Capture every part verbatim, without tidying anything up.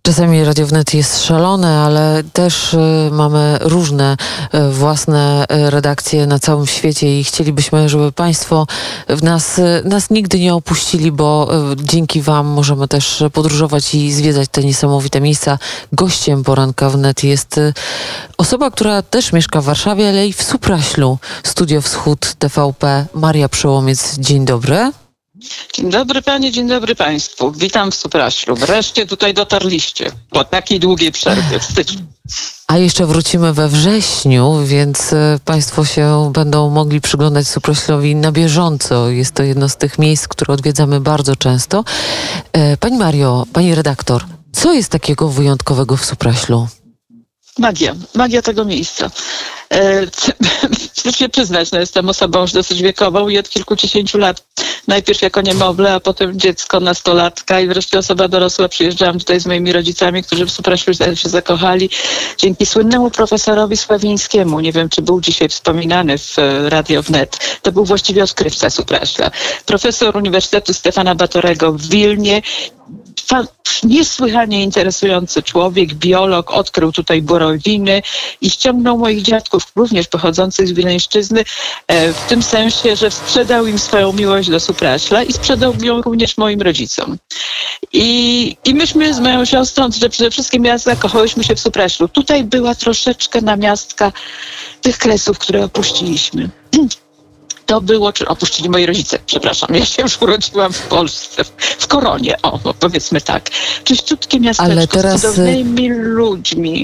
Czasami Radio Wnet jest szalone, ale też y, mamy różne y, własne y, redakcje na całym świecie i chcielibyśmy, żeby Państwo w nas, y, nas nigdy nie opuścili, bo y, dzięki Wam możemy też podróżować i zwiedzać te niesamowite miejsca. Gościem Poranka Wnet jest y, osoba, która też mieszka w Warszawie, ale i w Supraślu. Studio Wschód T V P. Maria Przełomiec, dzień dobry. Dzień dobry Panie, dzień dobry Państwu. Witam w Supraślu. Wreszcie tutaj dotarliście po takiej długiej przerwie w styczniu. A jeszcze wrócimy we wrześniu, więc y, Państwo się będą mogli przyglądać Supraślowi na bieżąco. Jest to jedno z tych miejsc, które odwiedzamy bardzo często. E, Pani Mario, Pani redaktor, co jest takiego wyjątkowego w Supraślu? Magia, magia tego miejsca. E, Chcę się przyznać, no jestem osobą już dosyć wiekową i od kilkudziesięciu lat, najpierw jako niemowlę, a potem dziecko, nastolatka i wreszcie osoba dorosła, przyjeżdżałam tutaj z moimi rodzicami, którzy w Supraślu się zakochali dzięki słynnemu profesorowi Sławińskiemu. Nie wiem, czy był dzisiaj wspominany w Radio Wnet. To był właściwie odkrywca Supraśla. Profesor Uniwersytetu Stefana Batorego w Wilnie. Niesłychanie interesujący człowiek, biolog, odkrył tutaj borowiny i ściągnął moich dziadków, również pochodzących z Wileńszczyzny, w tym sensie, że sprzedał im swoją miłość do Supraśla i sprzedał ją również moim rodzicom. I, i myśmy z moją siostrą, że przede wszystkim ja zakochałyśmy się w Supraślu. Tutaj była troszeczkę namiastka tych kresów, które opuściliśmy. To było, czy opuścili moi rodzice, przepraszam, ja się już urodziłam w Polsce, w Koronie, o, no powiedzmy tak. Czyściutkie miasteczko ale teraz... z cudownymi ludźmi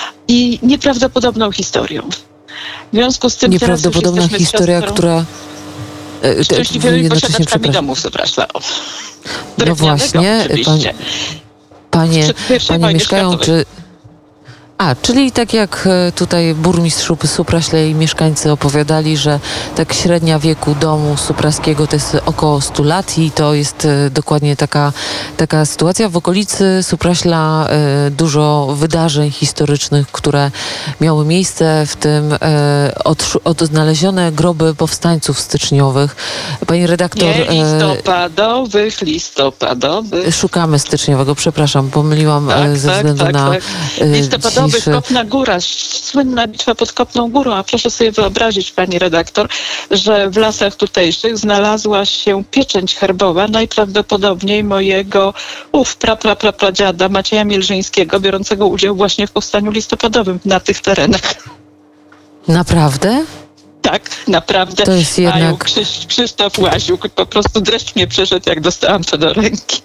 i nieprawdopodobną historią. W związku z tym nieprawdopodobna historia, która... Szczęśliwymi posiadaczkami domów, przepraszam. No właśnie, pan, panie, panie mieszkają, czy... A, czyli tak jak tutaj burmistrz Supraśla i mieszkańcy opowiadali, że tak średnia wieku domu supraskiego to jest około stu lat i to jest dokładnie taka, taka sytuacja. W okolicy Supraśla dużo wydarzeń historycznych, które miały miejsce, w tym od, odnalezione groby powstańców styczniowych. Pani redaktor... Nie, listopadowych, listopadowych. Szukamy styczniowego, przepraszam, pomyliłam tak, ze względu tak, na... Tak, tak. Listopadowych. Kopna Góra, słynna bitwa pod Kopną Górą, a proszę sobie wyobrazić, pani redaktor, że w lasach tutejszych znalazła się pieczęć herbowa, najprawdopodobniej mojego ów, pra, pra, pra, pradziada Macieja Mielżyńskiego, biorącego udział właśnie w powstaniu listopadowym na tych terenach. Naprawdę? Tak, naprawdę. To jest jednak... A Krzysz, Krzysztof Łaziuk, po prostu dreszcz mnie przeszedł, jak dostałam to do ręki.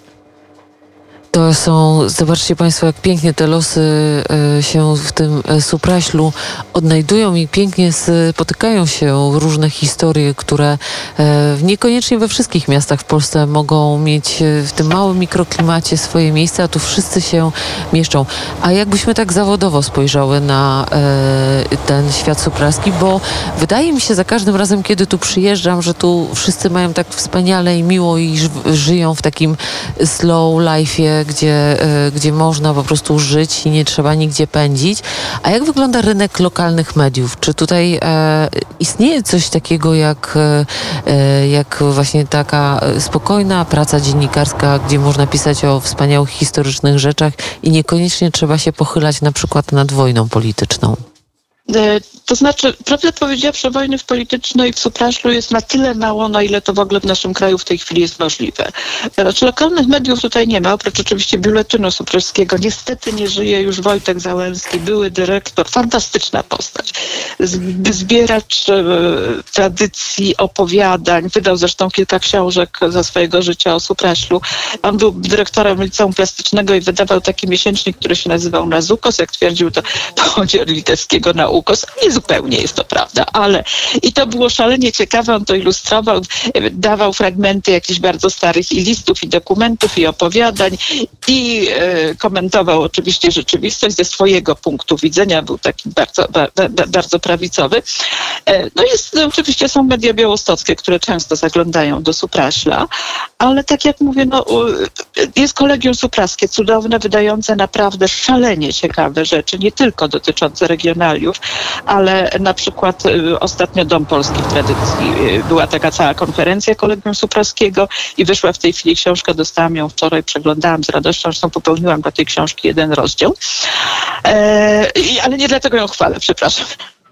To są, zobaczcie Państwo, jak pięknie te losy y, się w tym y, Supraślu odnajdują i pięknie spotykają się różne historie, które y, niekoniecznie we wszystkich miastach w Polsce mogą mieć y, w tym małym mikroklimacie swoje miejsce, a tu wszyscy się mieszczą. A jakbyśmy tak zawodowo spojrzały na y, ten świat supraski, bo wydaje mi się za każdym razem, kiedy tu przyjeżdżam, że tu wszyscy mają tak wspaniale i miło i ż- żyją w takim slow life'ie, Gdzie, gdzie można po prostu żyć i nie trzeba nigdzie pędzić. A jak wygląda rynek lokalnych mediów? Czy tutaj e, istnieje coś takiego jak, e, jak właśnie taka spokojna praca dziennikarska, gdzie można pisać o wspaniałych historycznych rzeczach i niekoniecznie trzeba się pochylać na przykład nad wojną polityczną? To znaczy, prawdę powiedziawszy, wojny w politycznej w Supraślu jest na tyle mało, na ile to w ogóle w naszym kraju w tej chwili jest możliwe. Znaczy, lokalnych mediów tutaj nie ma, oprócz oczywiście biuletynu supraśskiego. Niestety nie żyje już Wojtek Załęski, były dyrektor, fantastyczna postać. Zbieracz e, tradycji, opowiadań, wydał zresztą kilka książek za swojego życia o Supraślu. On był dyrektorem Liceum Plastycznego i wydawał taki miesięcznik, który się nazywał Nazukos, jak twierdził to pochodzi od litewskiego na ukos. Nie zupełnie jest to prawda, ale i to było szalenie ciekawe, on to ilustrował, dawał fragmenty jakichś bardzo starych i listów, i dokumentów, i opowiadań i e, komentował oczywiście rzeczywistość ze swojego punktu widzenia, był taki bardzo, ba, ba, bardzo prawicowy. E, no jest, no, oczywiście są media białostockie, które często zaglądają do Supraśla, ale tak jak mówię, no, jest Kolegium Supraskie, cudowne, wydające naprawdę szalenie ciekawe rzeczy, nie tylko dotyczące regionaliów, ale na przykład ostatnio Dom Polski w Tradycji, była taka cała konferencja Kolegium Supraskiego i wyszła w tej chwili książka, dostałam ją wczoraj, przeglądałam z radością, zresztą popełniłam dla tej książki jeden rozdział, e, ale nie dlatego ją chwalę, przepraszam.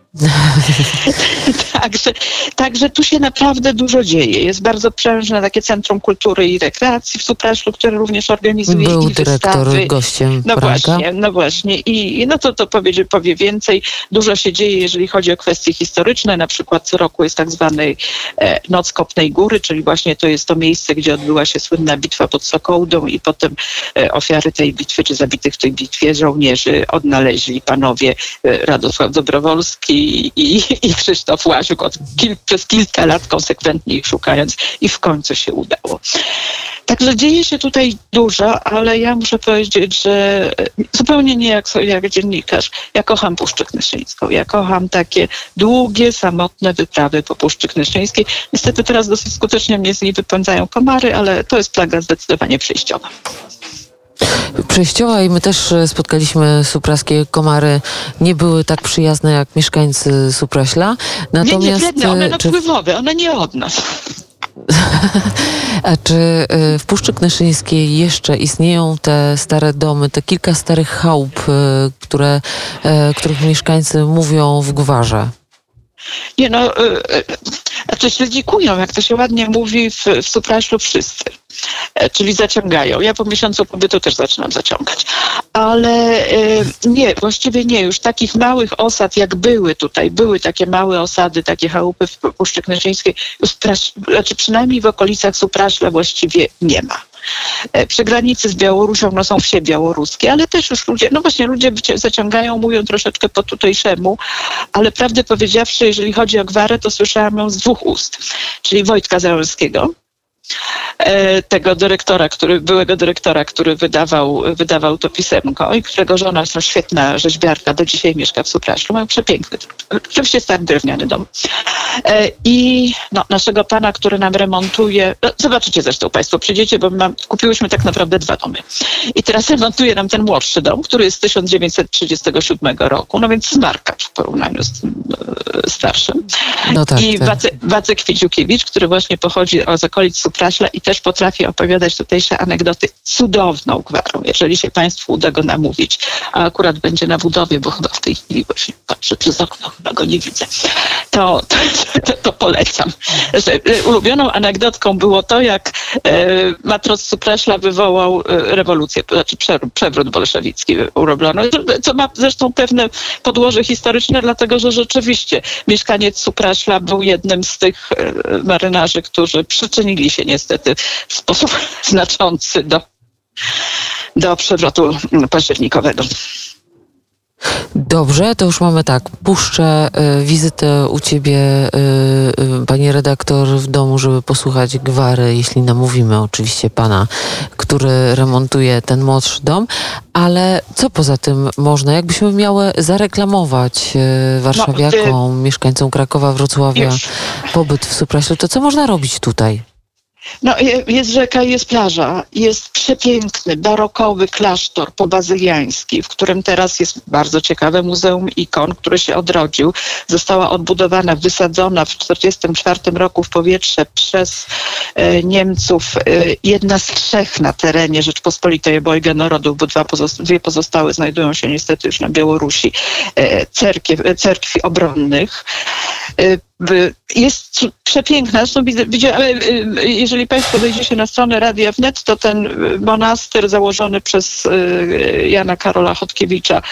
także, także tu się naprawdę dużo dzieje. Jest bardzo prężne takie Centrum Kultury i Rekreacji w Supraszlu, które również organizuje Był i dyrektor wystawy. gościem No Franka. właśnie, no właśnie. I no to, to powie, powie więcej. Dużo się dzieje, jeżeli chodzi o kwestie historyczne. Na przykład co roku jest tak zwany e, Noc Kopnej Góry, czyli właśnie to jest to miejsce, gdzie odbyła się słynna bitwa pod Sokołdą i potem e, ofiary tej bitwy, czy zabitych w tej bitwie żołnierzy odnaleźli panowie e, Radosław Dobrowolski i, i Krzysztof Łasiuk od kil, przez kilka lat konsekwentnie ich szukając i w końcu się udało. Także dzieje się tutaj dużo, ale ja muszę powiedzieć, że zupełnie nie jak, jak dziennikarz. Ja kocham Puszczę Knyszyńską. Ja kocham takie długie, samotne wyprawy po Puszczy Knyszyńskiej. Niestety teraz dosyć skutecznie mnie z niej wypędzają komary, ale to jest plaga zdecydowanie przejściowa. Przejściowa i my też spotkaliśmy supraskie komary. Nie były tak przyjazne jak mieszkańcy Supraśla. Natomiast, nie, nie, wredne, one czy... napływowe, one nie od nas. A czy w Puszczy Knyszyńskiej jeszcze istnieją te stare domy, te kilka starych chałup, które, których mieszkańcy mówią w gwarze? Nie no, znaczy śledzikują, jak to się ładnie mówi w, w Supraślu wszyscy. Czyli zaciągają. Ja po miesiącu pobytu też zaczynam zaciągać. Ale nie, właściwie nie. Już takich małych osad, jak były tutaj, były takie małe osady, takie chałupy w Puszczy Knyszyńskiej, już znaczy przynajmniej w okolicach Supraśla właściwie nie ma. Przy granicy z Białorusią no są wsie białoruskie, ale też już ludzie, no właśnie ludzie zaciągają, mówią troszeczkę po tutejszemu, ale prawdę powiedziawszy, jeżeli chodzi o gwarę, to słyszałam ją z dwóch ust, czyli Wojtka Załęskiego, tego dyrektora, który, byłego dyrektora, który wydawał, wydawał to pisemko i którego żona, jest świetna rzeźbiarka, do dzisiaj mieszka w Supraszlu, mają przepiękny, oczywiście stary drewniany dom. I no, naszego pana, który nam remontuje, no, zobaczycie zresztą państwo, przyjdziecie, bo mam, kupiłyśmy tak naprawdę dwa domy. I teraz remontuje nam ten młodszy dom, który jest z tysiąc dziewięćset trzydziestego siódmego roku, no więc smarkacz w porównaniu z tym e, starszym. No tak, I tak. Wacek, Wacek Kwieciukiewicz, który właśnie pochodzi z okolic Supraśla i też potrafi opowiadać tutejsze anegdoty cudowną gwarą, jeżeli się państwu uda go namówić. A akurat będzie na budowie, bo chyba w tej chwili właśnie patrzę przez okno, chyba go nie widzę. To, to, to, to polecam. Że ulubioną anegdotką było to, jak e, matros Supraśla wywołał e, rewolucję, to znaczy przewrót, przewrót bolszewicki urobiono, co ma zresztą pewne podłoże historyczne, dlatego że rzeczywiście mieszkaniec Supraśla był jednym z tych e, marynarzy, którzy przyczynili się niestety w sposób znaczący do, do przewrotu październikowego. Dobrze, to już mamy tak, puszczę y, wizytę u ciebie, y, y, pani redaktor, w domu, żeby posłuchać gwary, jeśli namówimy oczywiście pana, który remontuje ten młodszy dom, ale co poza tym można, jakbyśmy miały zareklamować y, warszawiakom, no, ty... mieszkańcom Krakowa, Wrocławia, Już. pobyt w Supraślu, to co można robić tutaj? No, jest rzeka i jest plaża. Jest przepiękny, barokowy klasztor pobazyliański, w którym teraz jest bardzo ciekawe Muzeum Ikon, który się odrodził. Została odbudowana, wysadzona w tysiąc dziewięćset czterdziestym czwartym roku w powietrze przez e, Niemców e, jedna z trzech na terenie Rzeczpospolitej Obojga Narodów, bo dwa pozosta- dwie pozostałe znajdują się niestety już na Białorusi, e, cerkiew, e, cerkwi obronnych. E, Jest przepiękna. Zresztą jeżeli państwo wejdziecie na stronę Radia Wnet, to ten monaster założony przez Jana Karola Chodkiewicza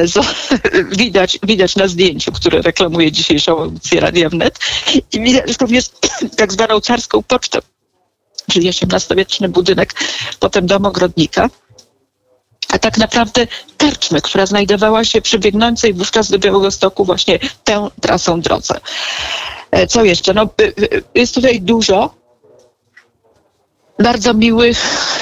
widać, widać na zdjęciu, które reklamuje dzisiejszą audycję Radia Wnet. I widać również tak zwaną carską pocztę, czyli osiemnastowieczny budynek, potem dom ogrodnika. A tak naprawdę karczmy, która znajdowała się przy biegnącej wówczas do Białegostoku właśnie tę trasą drodze. Co jeszcze? No, jest tutaj dużo bardzo miłych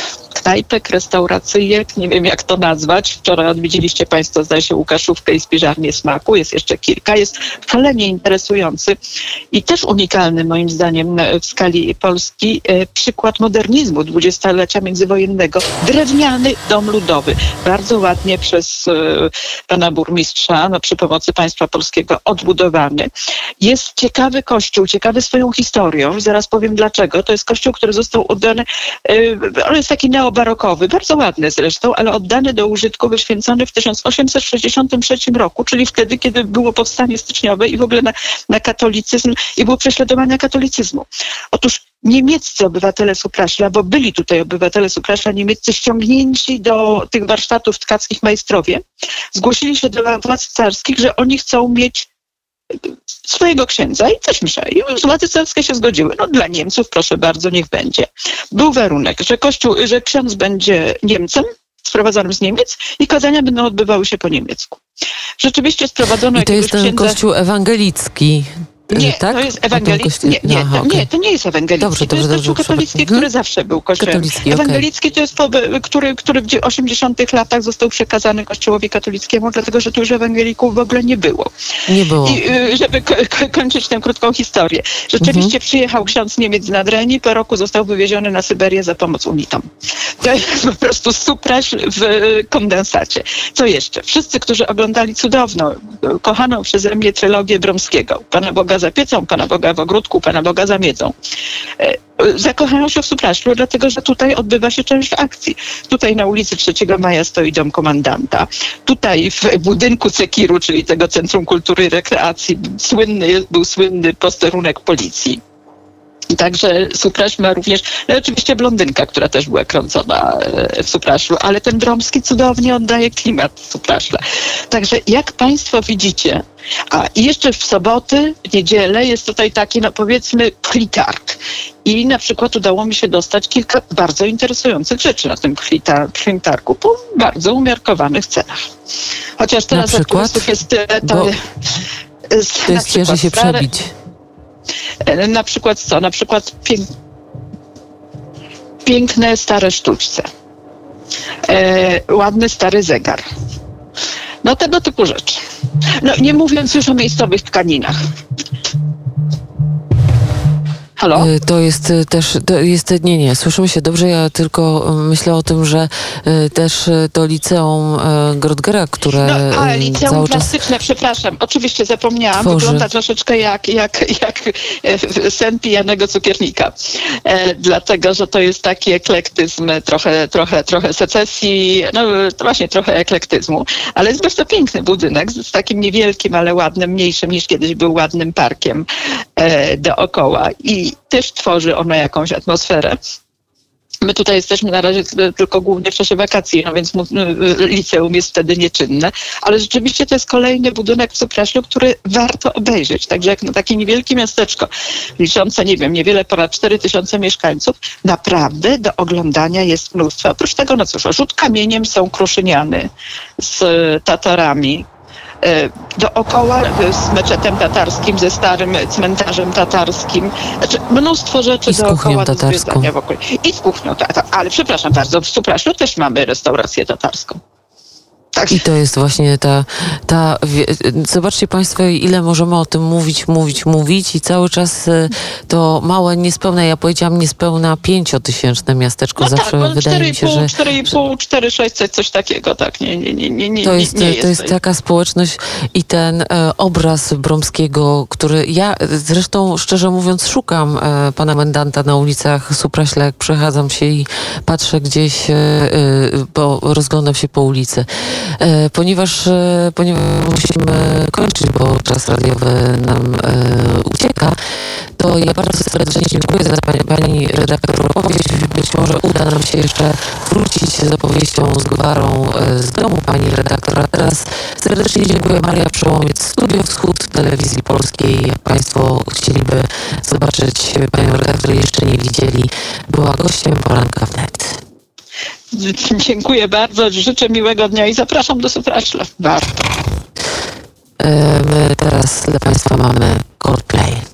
knajpek, restauracyjek, nie wiem jak to nazwać. Wczoraj odwiedziliście Państwo, zdaje się, Łukaszówkę i Spiżarnię Smaku. Jest jeszcze kilka. Jest szalenie interesujący i też unikalny moim zdaniem w skali Polski przykład modernizmu dwudziestolecia międzywojennego. Drewniany dom ludowy. Bardzo ładnie przez pana burmistrza, no, przy pomocy państwa polskiego odbudowany. Jest ciekawy kościół, ciekawy swoją historią. Zaraz powiem dlaczego. To jest kościół, który został oddany, on jest taki neobarokowy, bardzo ładny zresztą, ale oddany do użytku, wyświęcony w tysiąc osiemset sześćdziesiątym trzecim roku, czyli wtedy, kiedy było powstanie styczniowe i w ogóle na, na katolicyzm i było prześladowanie katolicyzmu. Otóż niemieccy obywatele Supraśla, bo byli tutaj obywatele Supraśla niemieccy ściągnięci do tych warsztatów tkackich majstrowie, zgłosili się do władz carskich, że oni chcą mieć swojego księdza i też mszę. I władze carskie się zgodziły. No dla Niemców, proszę bardzo, niech będzie. Był warunek, że kościół, że ksiądz będzie Niemcem, sprowadzonym z Niemiec i kazania będą odbywały się po niemiecku. Rzeczywiście sprowadzono I to jest ten księdza... kościół ewangelicki. Nie, tak? to jest ewangelicki. Nie, nie, Aha, to, okay. nie, to nie jest ewangelicki. Dobrze, to jest dobrze, kościół dobrze, katolicki, hmm? który zawsze był kościołem. Katolicki, Ewangelicki okay. to jest, po, który, który w osiemdziesiątych latach został przekazany Kościołowi katolickiemu, dlatego że tu już ewangelików w ogóle nie było. Nie było. I żeby ko- ko- kończyć tę krótką historię. Rzeczywiście mhm. przyjechał ksiądz Niemiec z Nadrenii, po roku został wywieziony na Syberię za pomoc unitom. To jest po prostu supraśl w kondensacie. Co jeszcze? Wszyscy, którzy oglądali cudowną, kochaną przeze mnie trylogię Bromskiego, Pana Boga za piecą, Pana Boga w ogródku, Pana Boga za miedzą, zakochają się w Supraślu, dlatego że tutaj odbywa się część akcji. Tutaj na ulicy trzeciego maja stoi dom komandanta. Tutaj w budynku Cekiru, czyli tego Centrum Kultury i Rekreacji, słynny, był słynny posterunek policji. Także Supraśl ma również, no oczywiście blondynka, która też była kręcona w Supraślu, ale ten Bromski cudownie oddaje klimat Supraśla. Także jak Państwo widzicie, a i jeszcze w soboty, w niedzielę jest tutaj taki, no powiedzmy, pchlitarg. I na przykład udało mi się dostać kilka bardzo interesujących rzeczy na tym pchlitargu po bardzo umiarkowanych cenach. Chociaż teraz na przykład? jest tyle, to, Bo to jest ciężej się stare, przebić. Na przykład co? Na przykład pięk... piękne stare sztućce. E, ładny stary zegar. No tego typu rzeczy. No nie mówiąc już o miejscowych tkaninach. Halo? To jest też, to jest, nie, nie, słyszymy się dobrze, ja tylko myślę o tym, że też to liceum Grottgera, które no, a, liceum cały plastyczne, czas przepraszam, oczywiście zapomniałam, tworzy. Wygląda troszeczkę jak, jak, jak sen pijanego cukiernika, e, dlatego, że to jest taki eklektyzm, trochę, trochę, trochę secesji, no to właśnie trochę eklektyzmu, ale jest bardzo piękny budynek z takim niewielkim, ale ładnym, mniejszym niż kiedyś był ładnym parkiem e, dookoła i też tworzy ono jakąś atmosferę. My tutaj jesteśmy na razie tylko głównie w czasie wakacji, no więc liceum jest wtedy nieczynne, ale rzeczywiście to jest kolejny budynek w Supraślu, który warto obejrzeć. Także jak na takie niewielkie miasteczko, liczące, nie wiem, niewiele ponad cztery tysiące mieszkańców, naprawdę do oglądania jest mnóstwo. Oprócz tego, no cóż, rzut kamieniem są Kruszyniany z Tatarami, dookoła z meczetem tatarskim, ze starym cmentarzem tatarskim. Znaczy mnóstwo rzeczy I z dookoła do tatarską. zwiedzania wokół. I z kuchnią tatarską. Ale przepraszam bardzo, w Supraślu też mamy restaurację tatarską. Tak. I to jest właśnie ta, ta... Zobaczcie Państwo, ile możemy o tym mówić, mówić, mówić i cały czas to małe, niespełna, ja powiedziałam niespełna pięciotysięczne miasteczko. No zawsze tak, no wydaje mi się, że... cztery i pół, cztery sześćset, coś takiego, tak. Nie, nie, nie, nie, nie, to jest, nie, nie jest, to jest taka społeczność i ten e, obraz Bromskiego, który ja zresztą, szczerze mówiąc, szukam e, pana Mendanta na ulicach Supraśla, jak przechadzam się i patrzę gdzieś, e, e, bo rozglądam się po ulicy. E, ponieważ, e, ponieważ musimy kończyć, bo czas radiowy nam e, ucieka, to ja bardzo serdecznie dziękuję za pani, pani redaktor opowieść. Być może uda nam się jeszcze wrócić z opowieścią z gwarą e, z domu pani redaktor. A teraz serdecznie dziękuję. Maria Przełomiec, Studio Wschód Telewizji Polskiej. Jak Państwo chcieliby zobaczyć panią redaktor, jeszcze nie widzieli, była gościem Poranka Wnet. Dziękuję bardzo, życzę miłego dnia i zapraszam do Supraśla. Warto. My teraz dla Państwa mamy Coldplay.